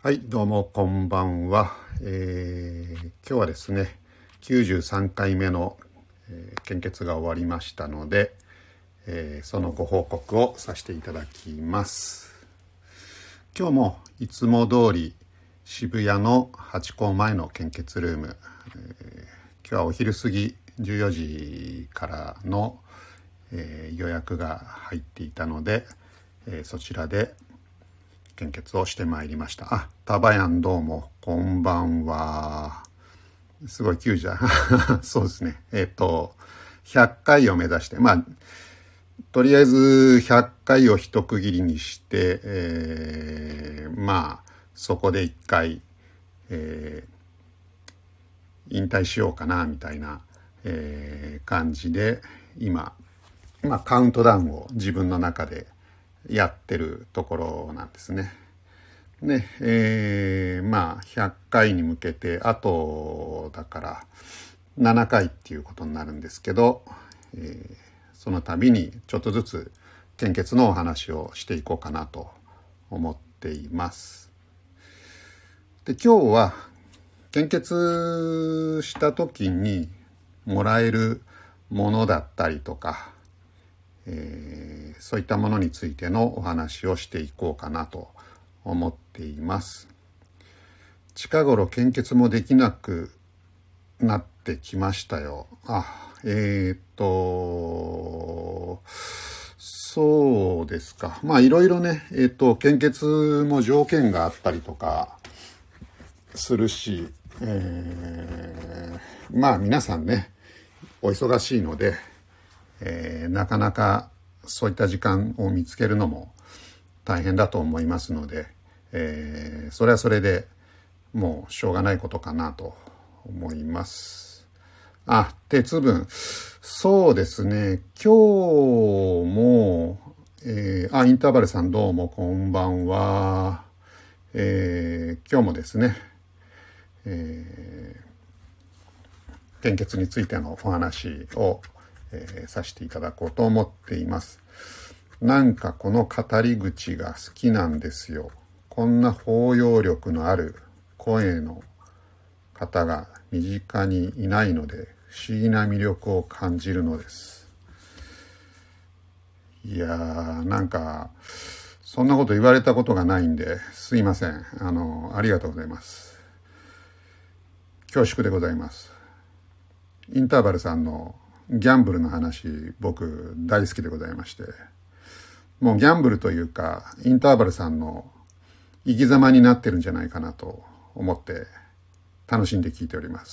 はい、どうもこんばんは。今日はですね、93回目の、献血が終わりましたので、そのご報告をさせていただきます。今日もいつも通り渋谷のハチ公前の献血ルーム、今日はお昼過ぎ14時からの、予約が入っていたので、そちらで献血をしてまいりました。タバヤンどうもこんばんは。すごい急じゃそうですね。100回を目指して、とりあえず100回を一区切りにして、そこで1回、引退しようかなみたいな、感じで今、カウントダウンを自分の中でやってるところなんですね。で、100回に向けてあとだから7回っていうことになるんですけど、その度にちょっとずつ献血のお話をしていこうかなと思っています。で、今日は献血した時にもらえるものだったりとか、そういったものについてのお話をしていこうかなと思っています。近頃献血もできなくなってきましたよ。そうですか。いろいろね、献血も条件があったりとかするし、皆さんね、お忙しいので、なかなかそういった時間を見つけるのも大変だと思いますので、それはそれでもうしょうがないことかなと思います。鉄分。そうですね。今日も、インターバルさんどうもこんばんは。今日もですね、献血についてのお話を、させていただこうと思っています。なんかこの語り口が好きなんですよ。こんな包容力のある声の方が身近にいないので不思議な魅力を感じるのです。いやー、なんかそんなこと言われたことがないんですいません。ありがとうございます。恐縮でございます。インターバルさんのギャンブルの話、僕大好きでございまして、もうギャンブルというかインターバルさんの生き様になってるんじゃないかなと思って楽しんで聞いております。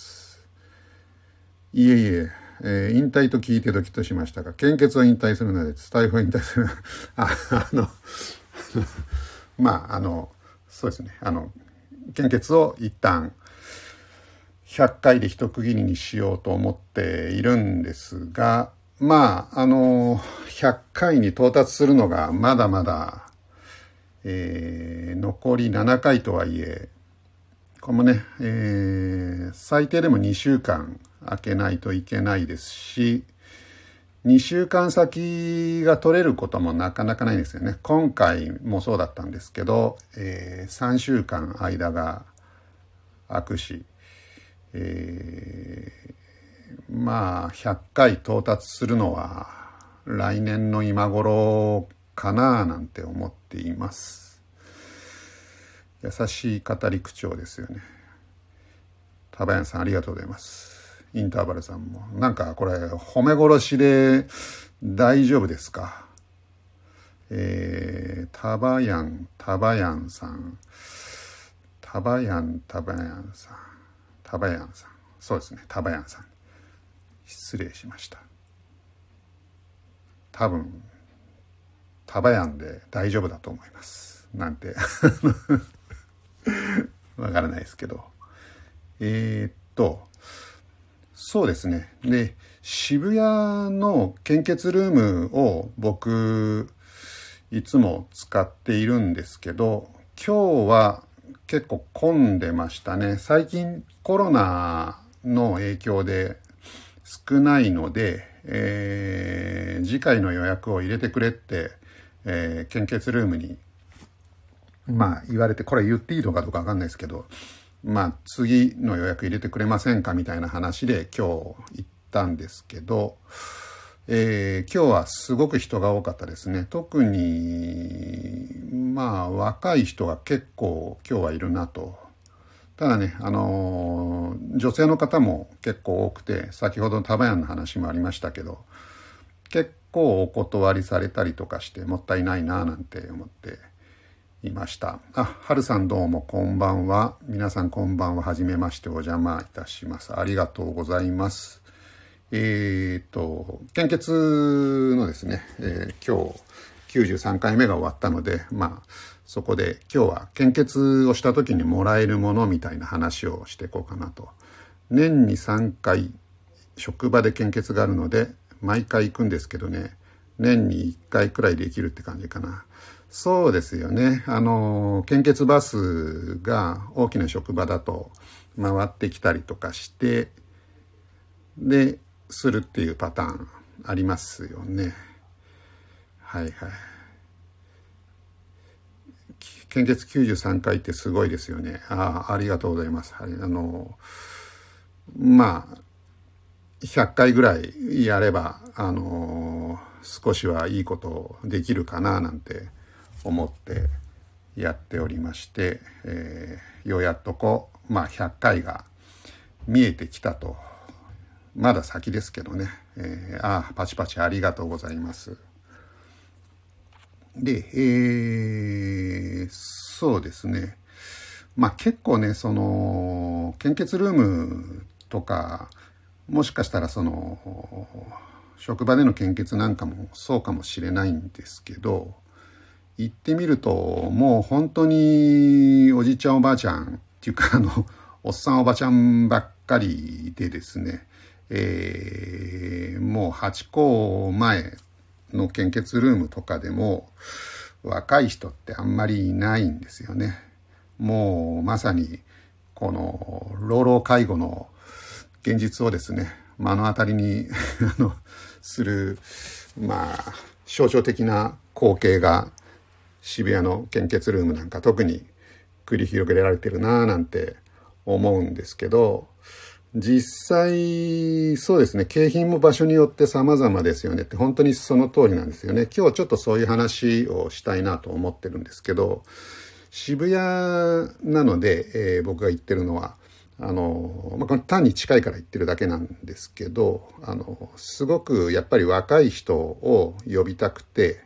いえいえ、引退と聞いてドキッとしましたが、献血を引退するのでスタイフを引退するそうですね、献血を一旦100回で一区切りにしようと思っているんですが、100回に到達するのがまだまだ、残り7回とはいえ、これもね、最低でも2週間空けないといけないですし、2週間先が取れることもなかなかないんですよね。今回もそうだったんですけど、3週間間が空くし、100回到達するのは来年の今頃かななんて思っています。優しい語り口調ですよね。タバヤンさんありがとうございます。インターバルさんもなんかこれ褒め殺しで大丈夫ですか？タバヤンさん、タバヤンさん、そうですね、タバヤンさん、失礼しました。多分タバヤンで大丈夫だと思いますなんてわからないですけど、そうですね。で、渋谷の献血ルームを僕いつも使っているんですけど、今日は結構混んでましたね。最近コロナの影響で少ないので、次回の予約を入れてくれって、献血ルームにまあ言われて、これ言っていいのかどうかわかんないですけど、まあ次の予約入れてくれませんかみたいな話で今日行ったんですけど、今日はすごく人が多かったですね。特にまあ若い人が結構今日はいるなと。ただね、女性の方も結構多くて、先ほどのタバヤンの話もありましたけど、結構お断りされたりとかしてもったいないななんて思っていました。はるさんどうもこんばんは。皆さんこんばんは。はじめまして、お邪魔いたします。ありがとうございます。献血のですね、今日93回目が終わったので、まあそこで今日は献血をした時にもらえるものみたいな話をしていこうかなと。年に3回職場で献血があるので毎回行くんですけどね、年に1回くらいできるって感じかな。そうですよね。献血バスが大きな職場だと回ってきたりとかしてでするっていうパターンありますよね。はいはい。献血93回ってすごいですよね。ありがとうございます。はい、まあ100回ぐらいやれば少しはいいことできるかななんて思ってやっておりまして、ようやっと100回が見えてきたと。まだ先ですけどね。パチパチありがとうございます。で、そうですね。まあ結構ね、その献血ルームとか、もしかしたらその職場での献血なんかもそうかもしれないんですけど、行ってみるともう本当におじいちゃんおばあちゃんっていうかおっさんおばちゃんばっかりでですね、もう8個前の献血ルームとかでも若い人ってあんまりいないんですよね。もうまさにこの老老介護の現実をですね目の当たりにするまあ象徴的な光景が渋谷の献血ルームなんか特に繰り広げられてるなぁなんて思うんですけど、実際そうですね、景品も場所によって様々ですよねって本当にその通りなんですよね。今日ちょっとそういう話をしたいなと思ってるんですけど、渋谷なので、僕が言ってるのはこれ単に近いから言ってるだけなんですけど、すごくやっぱり若い人を呼びたくて、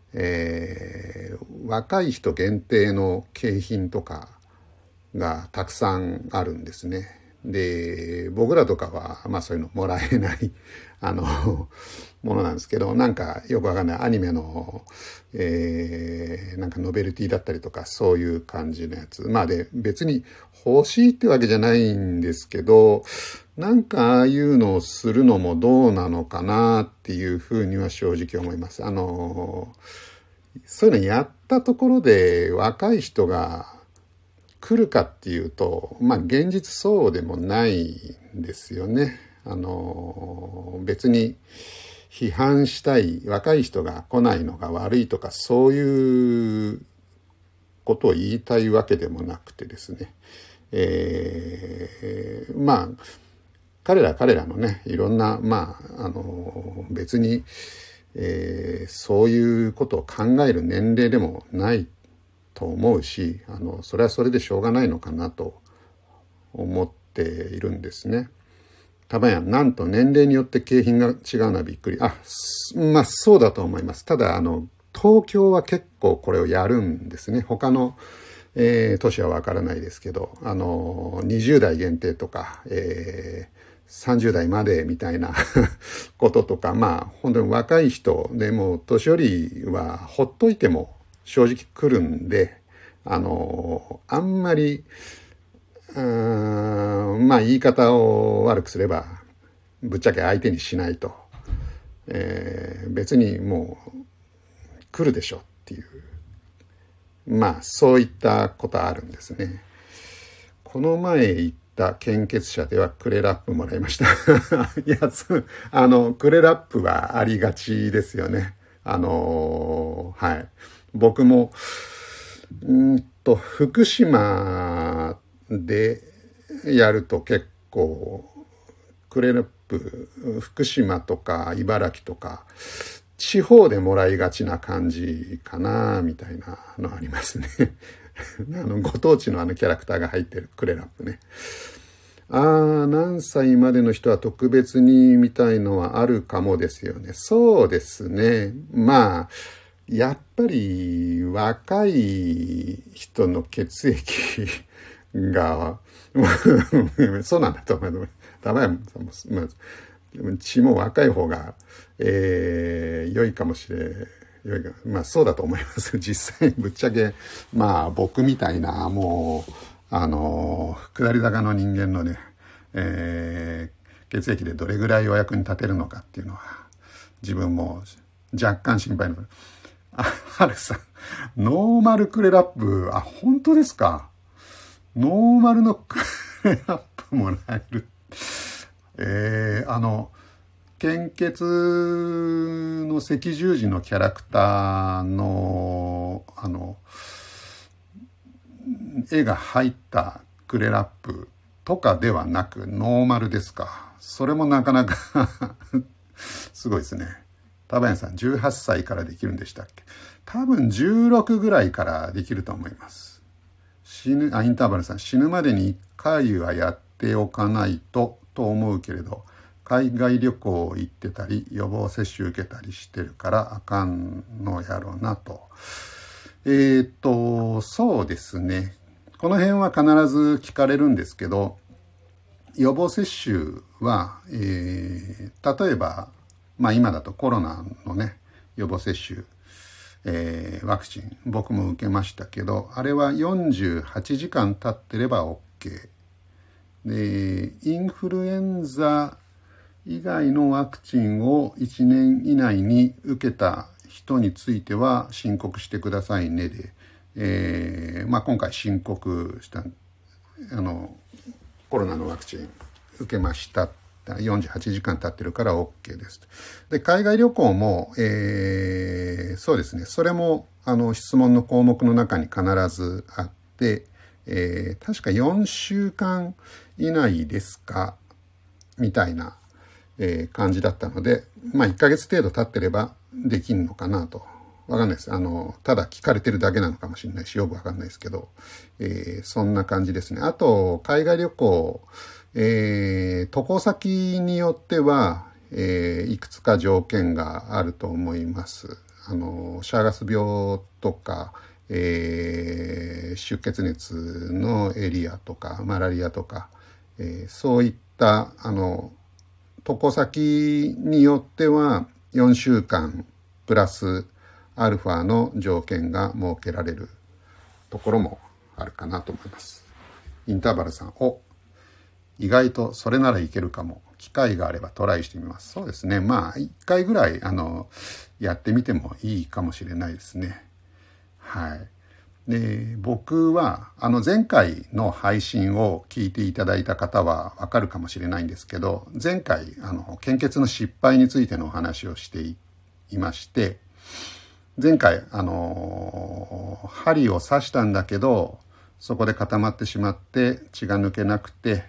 若い人限定の景品とかがたくさんあるんですね。で、僕らとかはまあそういうのもらえないものなんですけど、なんかよくわかんないアニメの、なんかノベルティだったりとかそういう感じのやつ。まあで別に欲しいってわけじゃないんですけど、なんかああいうのをするのもどうなのかなっていうふうには正直思います。そういうのやったところで若い人が来るかっていうと、まあ現実そうでもないんですよね。別に批判したい若い人が来ないのが悪いとかそういうことを言いたいわけでもなくてですね、まあ彼らのねいろんな別に、そういうことを考える年齢でもないと思うし、それはそれでしょうがないのかなと思っているんですね。たまやなんと年齢によって景品が違うのはびっくり。まあそうだと思います。ただ東京は結構これをやるんですね。他の、都市はわからないですけど、20代限定とか、30代までみたいなこととか、まあ本当に若い人でも年寄りはほっといても正直来るんで、あんまりまあ言い方を悪くすればぶっちゃけ相手にしないと、別にもう来るでしょっていう、まあそういったことあるんですね。この前行った献血者ではクレラップもらいましたいやクレラップはありがちですよね。はい、僕も福島でやると結構クレラップ、福島とか茨城とか地方でもらいがちな感じかなみたいなのありますねご当地のキャラクターが入ってるクレラップね。何歳までの人は特別にみたいのはあるかもですよね。そうですね。まあやっぱり若い人の血液がそうなんだと思う。多分血も若い方が、良いかもしれ良いか、まあそうだと思います。実際ぶっちゃけまあ僕みたいなもう下り坂の人間のね、血液でどれぐらいお役に立てるのかっていうのは自分も若干心配なの。ハルさん、ノーマルクレラップ、本当ですか？ノーマルのクレラップもらえる。献血の赤十字のキャラクターの絵が入ったクレラップとかではなくノーマルですか。それもなかなかすごいですね。田林さん18歳からできるんでしたっけ？多分16ぐらいからできると思います。インターバルさん、死ぬまでに1回はやっておかないと思うけれど、海外旅行行ってたり予防接種受けたりしてるからあかんのやろうなと。そうですね。この辺は必ず聞かれるんですけど、予防接種は、例えば、今だとコロナのね、予防接種、ワクチン、僕も受けましたけど、あれは48時間経ってれば OK。で、インフルエンザ以外のワクチンを1年以内に受けた人については申告してくださいねで、今回申告したコロナのワクチン受けました48時間経ってるから OK です。で、海外旅行も、そうですね、それも質問の項目の中に必ずあって、確か4週間以内ですかみたいな、感じだったので、1ヶ月程度経ってればできんのかなと。わかんないです。ただ聞かれてるだけなのかもしれないし、よくわかんないですけど、そんな感じですね。あと、海外旅行、渡航先によっては、いくつか条件があると思います。シャーガス病とか、出血熱のエリアとか、マラリアとか、そういった渡航先によっては4週間プラスアルファの条件が設けられるところもあるかなと思います。インターバルさん、意外とそれならいけるかも。機会があればトライしてみます。そうですね。1回ぐらいやってみてもいいかもしれないですね。はい。で、僕は前回の配信を聞いていただいた方はわかるかもしれないんですけど、前回献血の失敗についてのお話をしていまして、前回針を刺したんだけどそこで固まってしまって血が抜けなくて、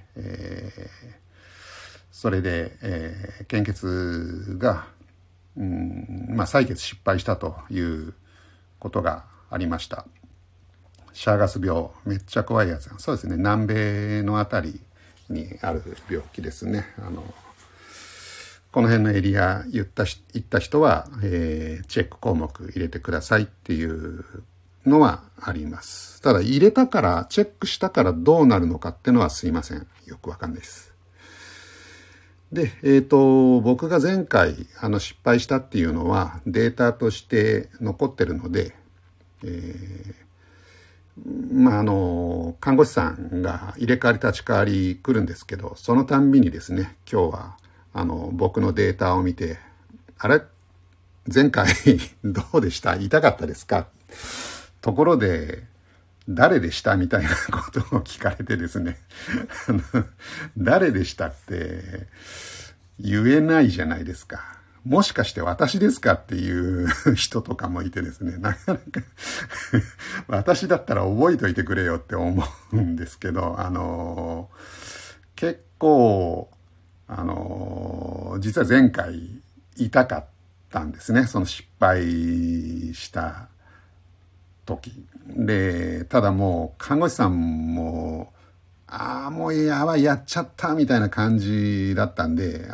それで、献血が採血失敗したということがありました。シャーガス病、めっちゃ怖いやつ。そうですね、南米のあたりにある病気ですね。この辺のエリア行った人は、チェック項目入れてくださいっていうのはあります。ただ入れたからチェックしたからどうなるのかっていうのはすいません、よくわかんないです。で、僕が前回失敗したっていうのはデータとして残ってるので、看護師さんが入れ替わり立ち替わり来るんですけど、そのたんびにですね、今日は僕のデータを見て、あれ前回どうでした？痛かったですか？ところで誰でしたみたいなことを聞かれてですね誰でしたって言えないじゃないですか。 もしかして私ですかっていう人とかもいてですね、なかなか私だったら覚えといてくれよって思うんですけど、結構、実は前回痛かったんですね。その失敗した時。で、ただもう看護師さんも、もうやばい、やっちゃったみたいな感じだったんで、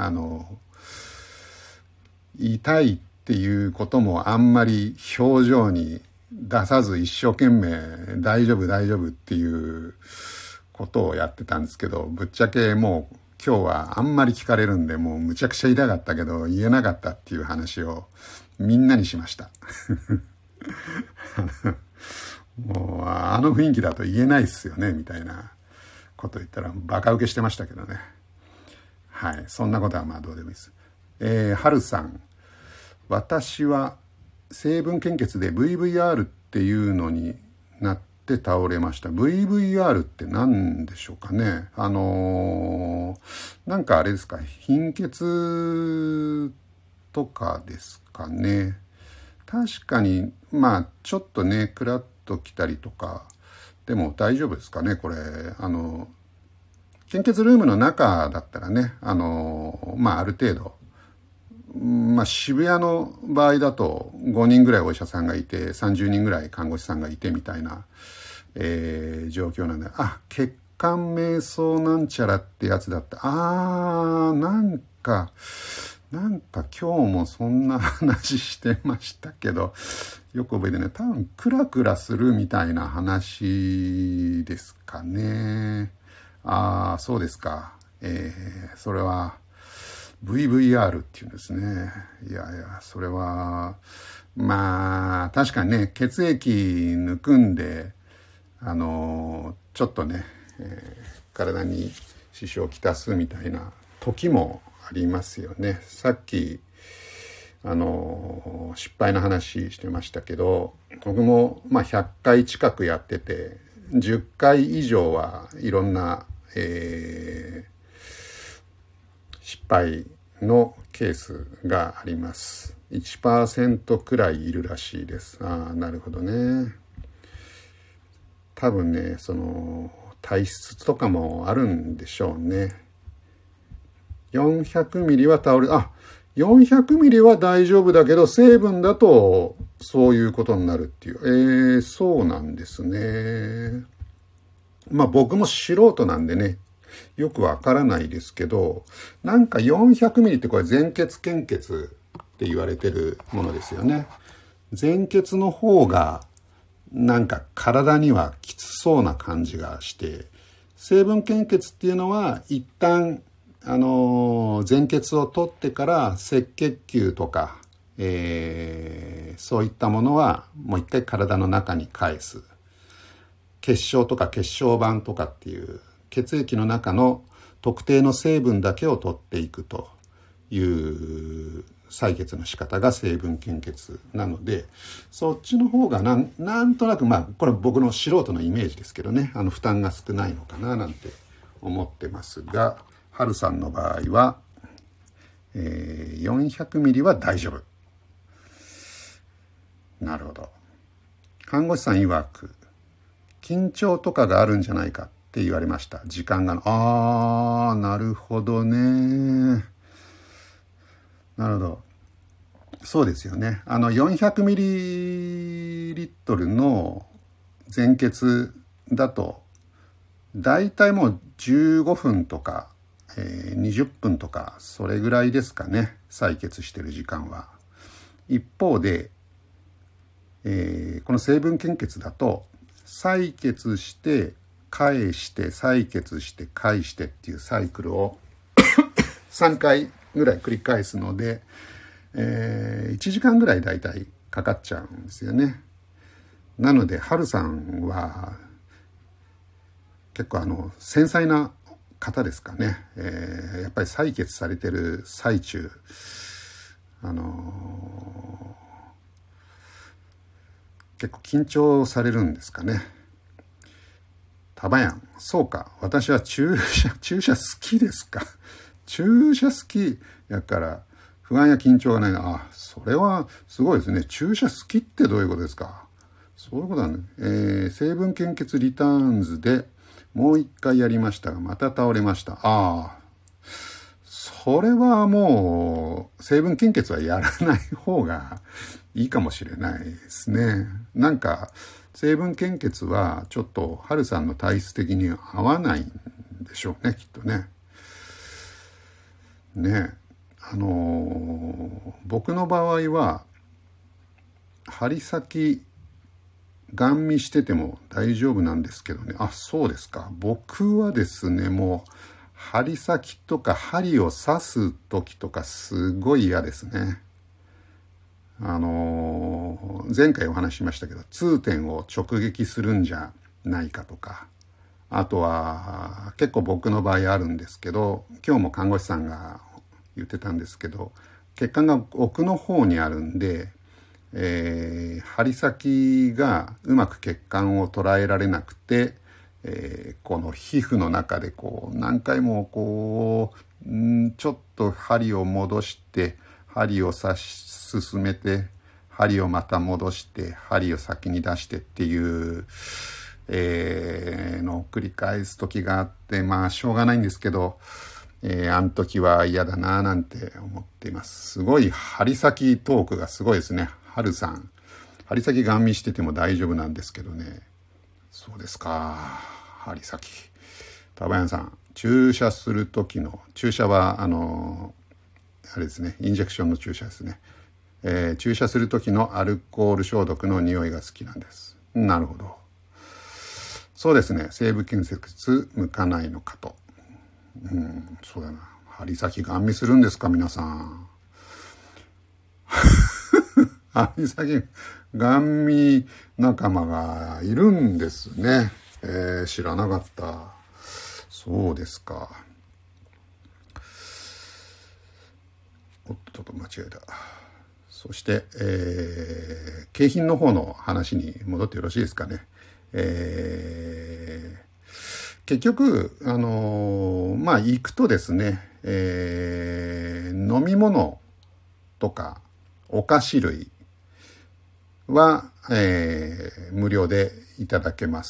痛いっていうこともあんまり表情に出さず一生懸命大丈夫大丈夫っていうことをやってたんですけど、ぶっちゃけもう今日はあんまり聞かれるんで、もうむちゃくちゃ痛かったけど言えなかったっていう話をみんなにしましたもうあの雰囲気だと言えないっすよねみたいなこと言ったらバカ受けしてましたけどね。はい、そんなことはまあどうでもいいです。はるさん、私は成分献血で VVR っていうのになって倒れました。VVR って何でしょうかね。なんかあれですか、貧血とかですかね。確かにまあちょっとねクラッときたりとかでも大丈夫ですかね。これ献血ルームの中だったらね、まあある程度、まあ渋谷の場合だと5人ぐらいお医者さんがいて30人ぐらい看護師さんがいてみたいな、状況なんで、血管瞑想なんちゃらってやつだった。なんか今日もそんな話してましたけど、よく覚えてない。多分クラクラするみたいな話ですかね。そうですか。それは VVR っていうんですね。いやいや、それはまあ確かにね、血液抜くんでちょっとね、体に支障をきたすみたいな時もありますよね。さっき失敗の話してましたけど、僕もまあ100回近くやってて10回以上はいろんな、失敗のケースがあります。1% くらいいるらしいです。なるほどね。多分ね、その体質とかもあるんでしょうね。400ミリは倒れ、400ミリは大丈夫だけど、成分だとそういうことになるっていう。そうなんですね。まあ僕も素人なんでね、よくわからないですけど、なんか400ミリってこれ全血献血って言われてるものですよね。全血の方がなんか体にはきつそうな感じがして、成分献血っていうのは一旦全血を取ってから赤血球とか、そういったものはもう一回体の中に返す。血小とか血小板とかっていう血液の中の特定の成分だけを取っていくという採血の仕方が成分献血なので、そっちの方がなんとなく、まあこれは僕の素人のイメージですけどね、負担が少ないのかななんて思ってますが、はるさんの場合は、400ミリは大丈夫。なるほど。看護師さん曰く緊張とかがあるんじゃないかって言われました。時間が。なるほどね。なるほど。そうですよね。400ミリリットルの全血だと、だいたいもう15分とか、20分とか、それぐらいですかね。採血してる時間は。一方で、この成分献血だと、採血して返して採血して返してっていうサイクルを3回ぐらい繰り返すので、1時間ぐらいだいたいかかっちゃうんですよね。なのではるさんは結構繊細な方ですかね。やっぱり採血されてる最中結構緊張されるんですかね。タバヤン、そうか。私は注射好きですか。注射好きやから不安や緊張がないな。それはすごいですね。注射好きってどういうことですか？そういうことなんだね。成分献血リターンズでもう一回やりましたが、また倒れました。それはもう、成分献血はやらない方がいいかもしれないですね。なんか、成分献血はちょっと、ハルさんの体質的に合わないんでしょうね、きっとね。ね。僕の場合は、針先、ガン見してても大丈夫なんですけどね。そうですか。僕はですね、もう、針先とか針を刺す時とかすごい嫌ですね。前回お話ししましたけど、痛点を直撃するんじゃないかとか、あとは結構僕の場合あるんですけど、今日も看護師さんが言ってたんですけど、血管が奥の方にあるんで、針先がうまく血管を捉えられなくて、この皮膚の中でこう何回もこうちょっと針を戻して針を刺し進めて針をまた戻して針を先に出してっていう、のを繰り返す時があって、しょうがないんですけど、あの時は嫌だななんて思っています。すごい針先トークがすごいですね。春さん、針先ガン見してても大丈夫なんですけどね。そうですか。針先。タバヤンさん、注射する時の、注射はあれですね、インジェクションの注射ですね。注射する時のアルコール消毒の匂いが好きなんです。なるほど。そうですね。西部建設向かないのかと。そうだな。針先ガン見するんですか、皆さん。針先ガン見仲間がいるんですね。知らなかった。そうですか。おっと間違えた。そして、景品の方の話に戻ってよろしいですかね。結局行くとですね、飲み物とかお菓子類は、無料でいただけます。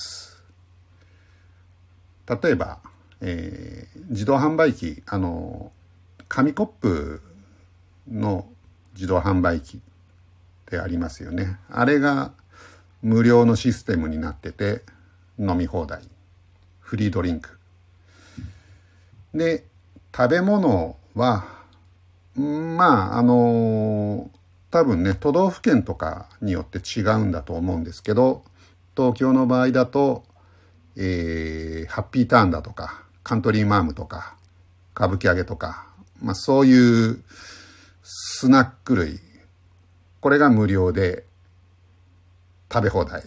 例えば、自動販売機紙コップの自動販売機ってありますよね。あれが無料のシステムになってて飲み放題、フリードリンクで、食べ物は多分ね、都道府県とかによって違うんだと思うんですけど、東京の場合だと、ハッピーターンだとかカントリーマームとか歌舞伎揚げとか、そういうスナック類、これが無料で食べ放題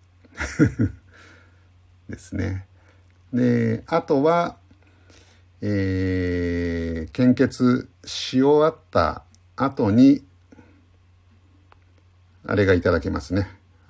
ですね。で、あとは、献血し終わった後にあれがいただけますね。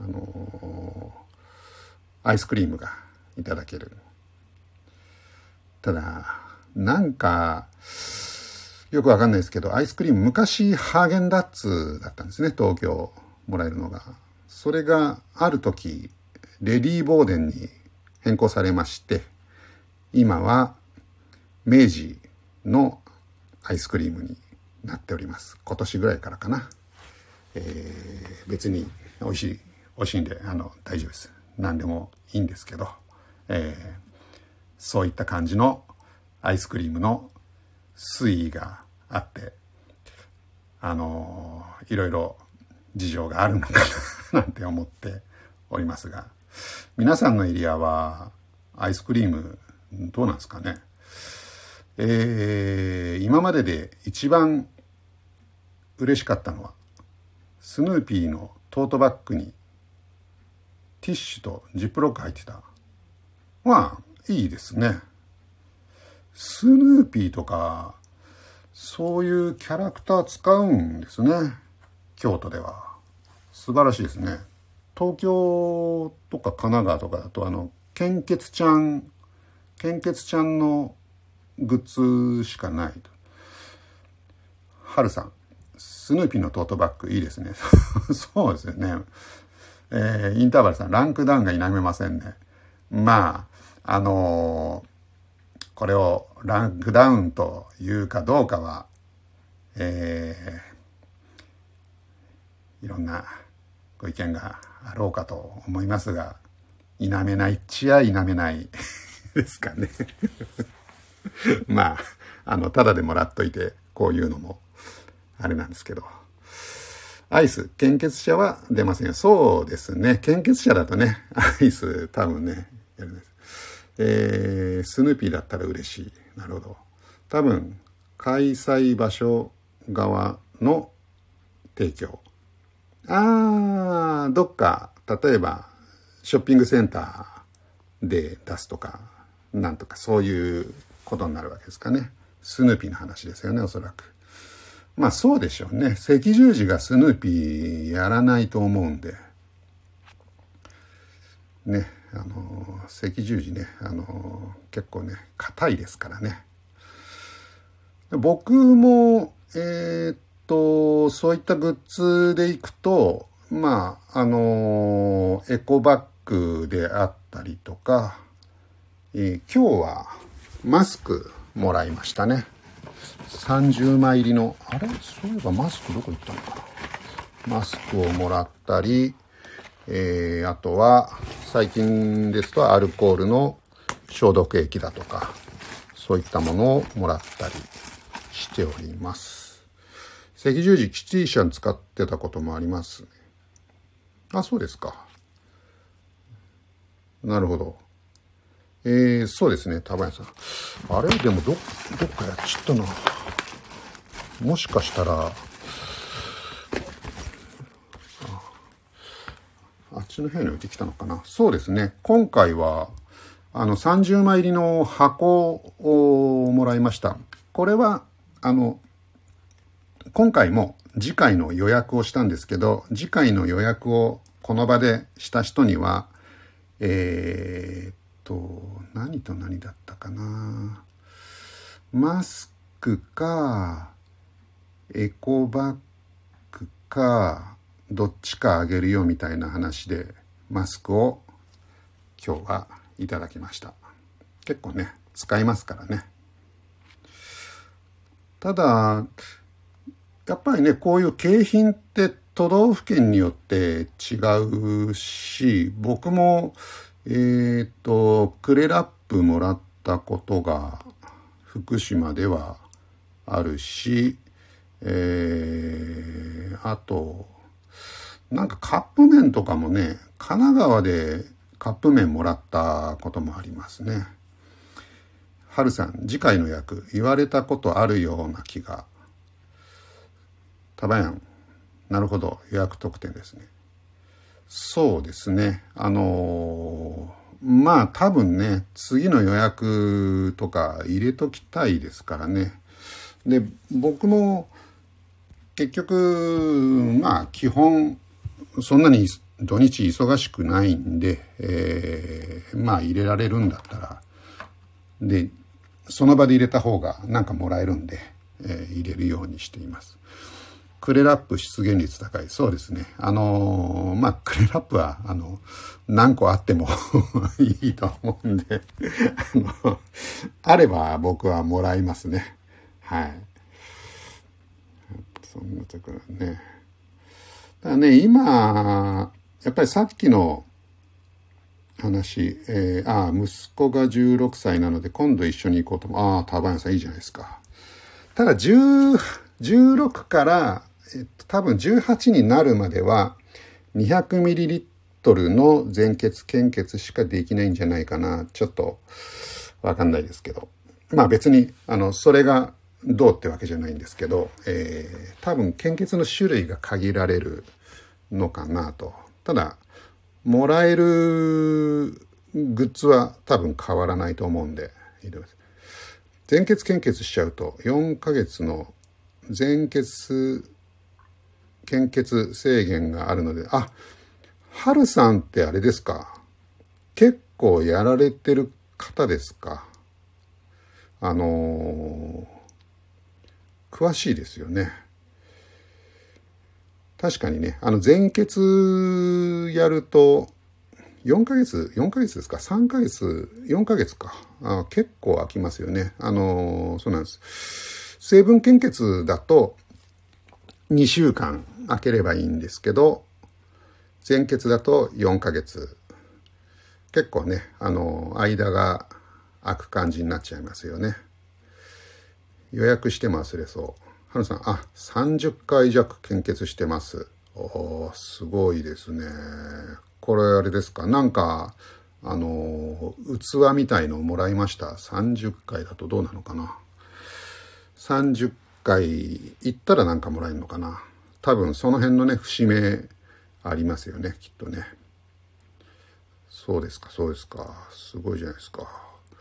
アイスクリームがいただける。ただなんかよくわかんないですけど、アイスクリーム昔ハーゲンダッツだったんですね、東京もらえるのが。それがある時レディーボーデンに変更されまして、今は明治のアイスクリームになっております。今年ぐらいからかな。別に美味しいんで大丈夫です。何でもいいんですけど、そういった感じのアイスクリームの推移があって、いろいろ事情があるのかななんて思っておりますが、皆さんのエリアはアイスクリームどうなんですかね。今までで一番嬉しかったのはスヌーピーのトートバッグにティッシュとジップロック入ってた。いいですね。スヌーピーとかそういうキャラクター使うんですね、京都では。素晴らしいですね。東京とか神奈川とかだと献血ちゃんのグッズしかないと。春さん、 スヌーピーのトートバッグいいですね。そうですよね。インターバルさん、ランクダウンが否めませんね。まあ、これをランクダウンというかどうかは、いろんなご意見があろうかと思いますが、否めないっちゃ否めないですかね。まあ、ただでもらっといて、こういうのも、あれなんですけど。アイス、献血者は出ませんよ。そうですね。献血者だとね、アイス多分ね、やるんです。スヌーピーだったら嬉しい。なるほど。多分、開催場所側の提供。どっか、例えば、ショッピングセンターで出すとか、なんとかそういうことになるわけですかね。スヌーピーの話ですよね、おそらく。まあそうでしょうね。赤十字がスヌーピーやらないと思うんで。ね、赤十字ね、結構ね、硬いですからね。僕も、そういったグッズでいくと、まあ、エコバッグであったりとか、今日はマスクもらいましたね。30枚入りの、あれそういえばマスクどこ行ったのかな。マスクをもらったり、あとは最近ですとアルコールの消毒液だとか、そういったものをもらったりしております。赤十字キティシャン使ってたこともありますね。あ、そうですか。なるほど。そうですね、田林さん。あれでもどっかやっちゃったな。もしかしたら、あっちの部屋に置いてきたのかな。そうですね。今回は、30枚入りの箱をもらいました。これは、今回も次回の予約をしたんですけど、次回の予約をこの場でした人には、何と何だったかな。マスクか、エコバッグか、どっちかあげるよみたいな話で、マスクを今日はいただきました。結構ね、使いますからね。ただ、やっぱりね、こういう景品って都道府県によって違うし、僕も、クレラップもらったことが福島ではあるし、あと、なんかカップ麺とかもね、神奈川でカップ麺もらったこともありますね。はるさん、次回の役、言われたことあるような気が。たばやん、なるほど、予約特典ですね。そうですね。まあ多分ね、次の予約とか入れときたいですからね。で、僕も結局、まあ基本、そんなに土日忙しくないんで、まあ入れられるんだったら、で、その場で入れた方がなんかもらえるんで、入れるようにしています。クレラップ出現率高い。そうですね。まあ、クレラップは、何個あってもいいと思うんであれば僕はもらいますね。はい。そんなところね。だからね、今、やっぱりさっきの話、息子が16歳なので今度一緒に行こうと思う。タバヤンさんいいじゃないですか。ただ16から多分18になるまでは 200ml の全血献血しかできないんじゃないかな。ちょっとわかんないですけど。まあ別に、それがどうってわけじゃないんですけど、多分献血の種類が限られるのかなと。ただ、もらえるグッズは多分変わらないと思うんで、全血献血しちゃうと4ヶ月の全血献血制限があるので、はるさんってあれですか？結構やられてる方ですか？詳しいですよね。 確かにね、全血やると、4ヶ月ですか ?3 ヶ月、4ヶ月か。結構空きますよね。そうなんです。成分献血だと2週間空ければいいんですけど、全血だと4ヶ月。結構ね、間が空く感じになっちゃいますよね。予約しても忘れそう。はるさん、30回弱献血してます。すごいですね。これあれですか、なんか、器みたいのをもらいました。30回だとどうなのかな。30回行ったらなんかもらえるのかな。多分その辺のね、節目ありますよね、きっとね。そうですか、そうですか。すごいじゃないですか。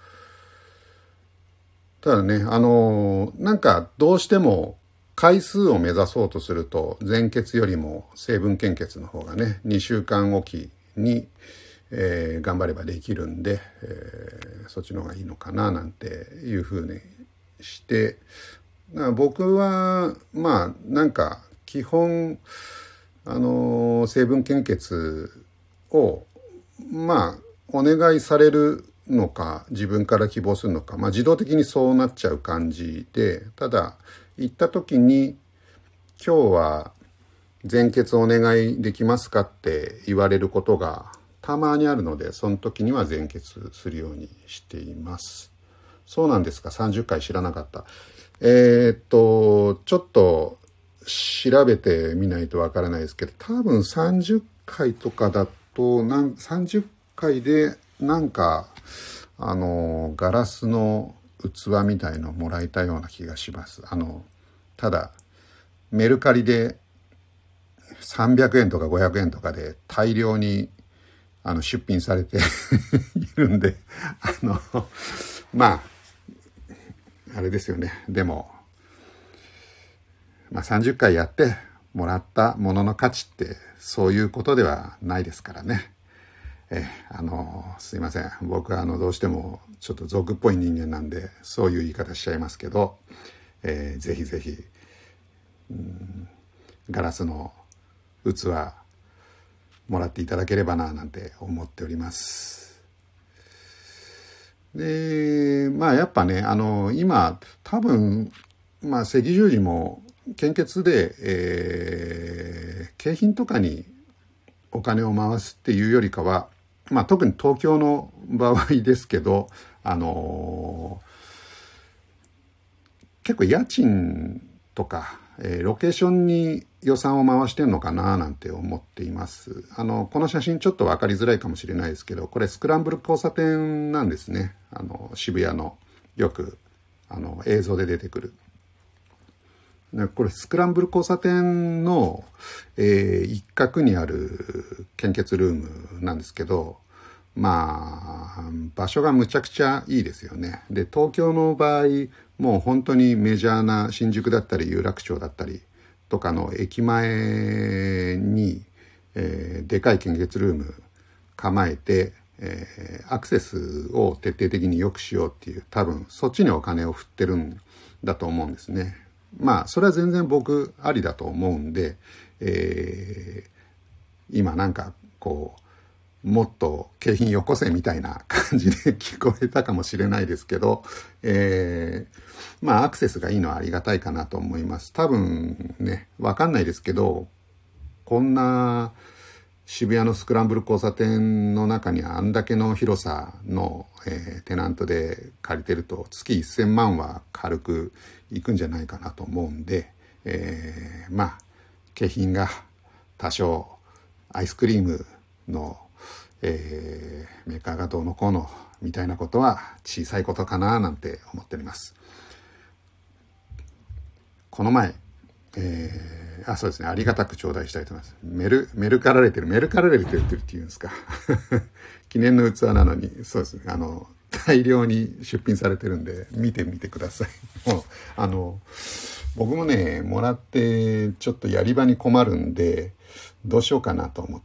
ただね、なんかどうしても回数を目指そうとすると、全血よりも成分献血の方がね、2週間おきに、頑張ればできるんで、そっちの方がいいのかななんていうふうにして、僕はまあなんか基本成分献血をまあお願いされるのか自分から希望するのか、自動的にそうなっちゃう感じで、ただ行った時に今日は全血お願いできますかって言われることがたまにあるので、その時には全血するようにしています。そうなんですか。30回知らなかった。ちょっと調べてみないとわからないですけど、多分30回とかだと30回でなんかガラスの器みたいのをもらえたような気がします。ただメルカリで300円とか500円とかで大量に出品されているんで、まあれですよね。でも30回やってもらったものの価値ってそういうことではないですからね。すいません。僕はどうしてもちょっと俗っぽい人間なんでそういう言い方しちゃいますけど、ぜひぜひガラスの器もらっていただければななんて思っております。でやっぱね今多分赤十字も献血で、景品とかにお金を回すっていうよりかは、特に東京の場合ですけど、結構家賃とか、ロケーションに予算を回してるのかななんて思っています。この写真ちょっと分かりづらいかもしれないですけど、これスクランブル交差点なんですね。渋谷のよく映像で出てくる。これスクランブル交差点の、一角にある献血ルームなんですけど、場所がむちゃくちゃいいですよね。で、東京の場合もう本当にメジャーな新宿だったり有楽町だったりとかの駅前に、でかい献血ルーム構えて、アクセスを徹底的に良くしようっていう、多分そっちにお金を振ってるんだと思うんですね。それは全然僕ありだと思うんで、今なんかこうもっと景品よこせみたいな感じで聞こえたかもしれないですけど、アクセスがいいのはありがたいかなと思います。多分ね、わかんないですけど、こんな渋谷のスクランブル交差点の中にあんだけの広さの、テナントで借りてると月1000万は軽くいくんじゃないかなと思うんで、景品が多少アイスクリームの、メーカーがどうのこうのみたいなことは小さいことかななんて思っております。この前、そうですね、ありがたく頂戴したいと思います。メルカラレてるっていうんですか記念の器なのに、そうですね、大量に出品されてるんで見てみてください。もう僕もねもらってちょっとやり場に困るんでどうしようかなと思って、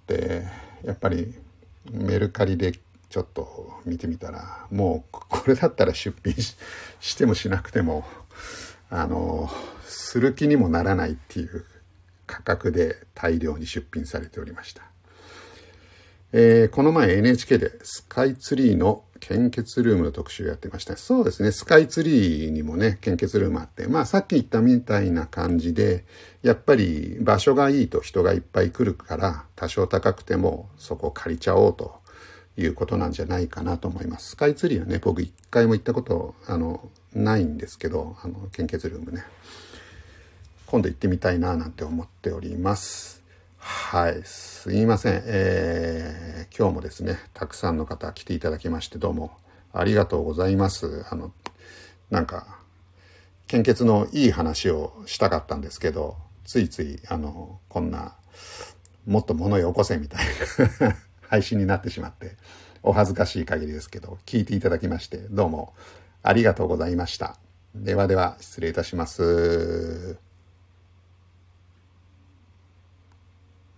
やっぱりメルカリでちょっと見てみたら、もうこれだったら出品してもしなくてもする気にもならないっていう価格で大量に出品されておりました。この前 NHK でスカイツリーの献血ルームの特集やってました。そうですね、スカイツリーにもね、献血ルームあって、さっき言ったみたいな感じで、やっぱり場所がいいと人がいっぱい来るから、多少高くてもそこを借りちゃおうということなんじゃないかなと思います。スカイツリーはね、僕一回も行ったことないんですけど、献血ルームね、今度行ってみたいななんて思っております。はい、すいません、今日もですね、たくさんの方来ていただきまして、どうもありがとうございます。なんか献血のいい話をしたかったんですけど、ついついこんなもっと物よこせみたいな配信になってしまってお恥ずかしい限りですけど、聞いていただきましてどうもありがとうございました。ではでは失礼いたします。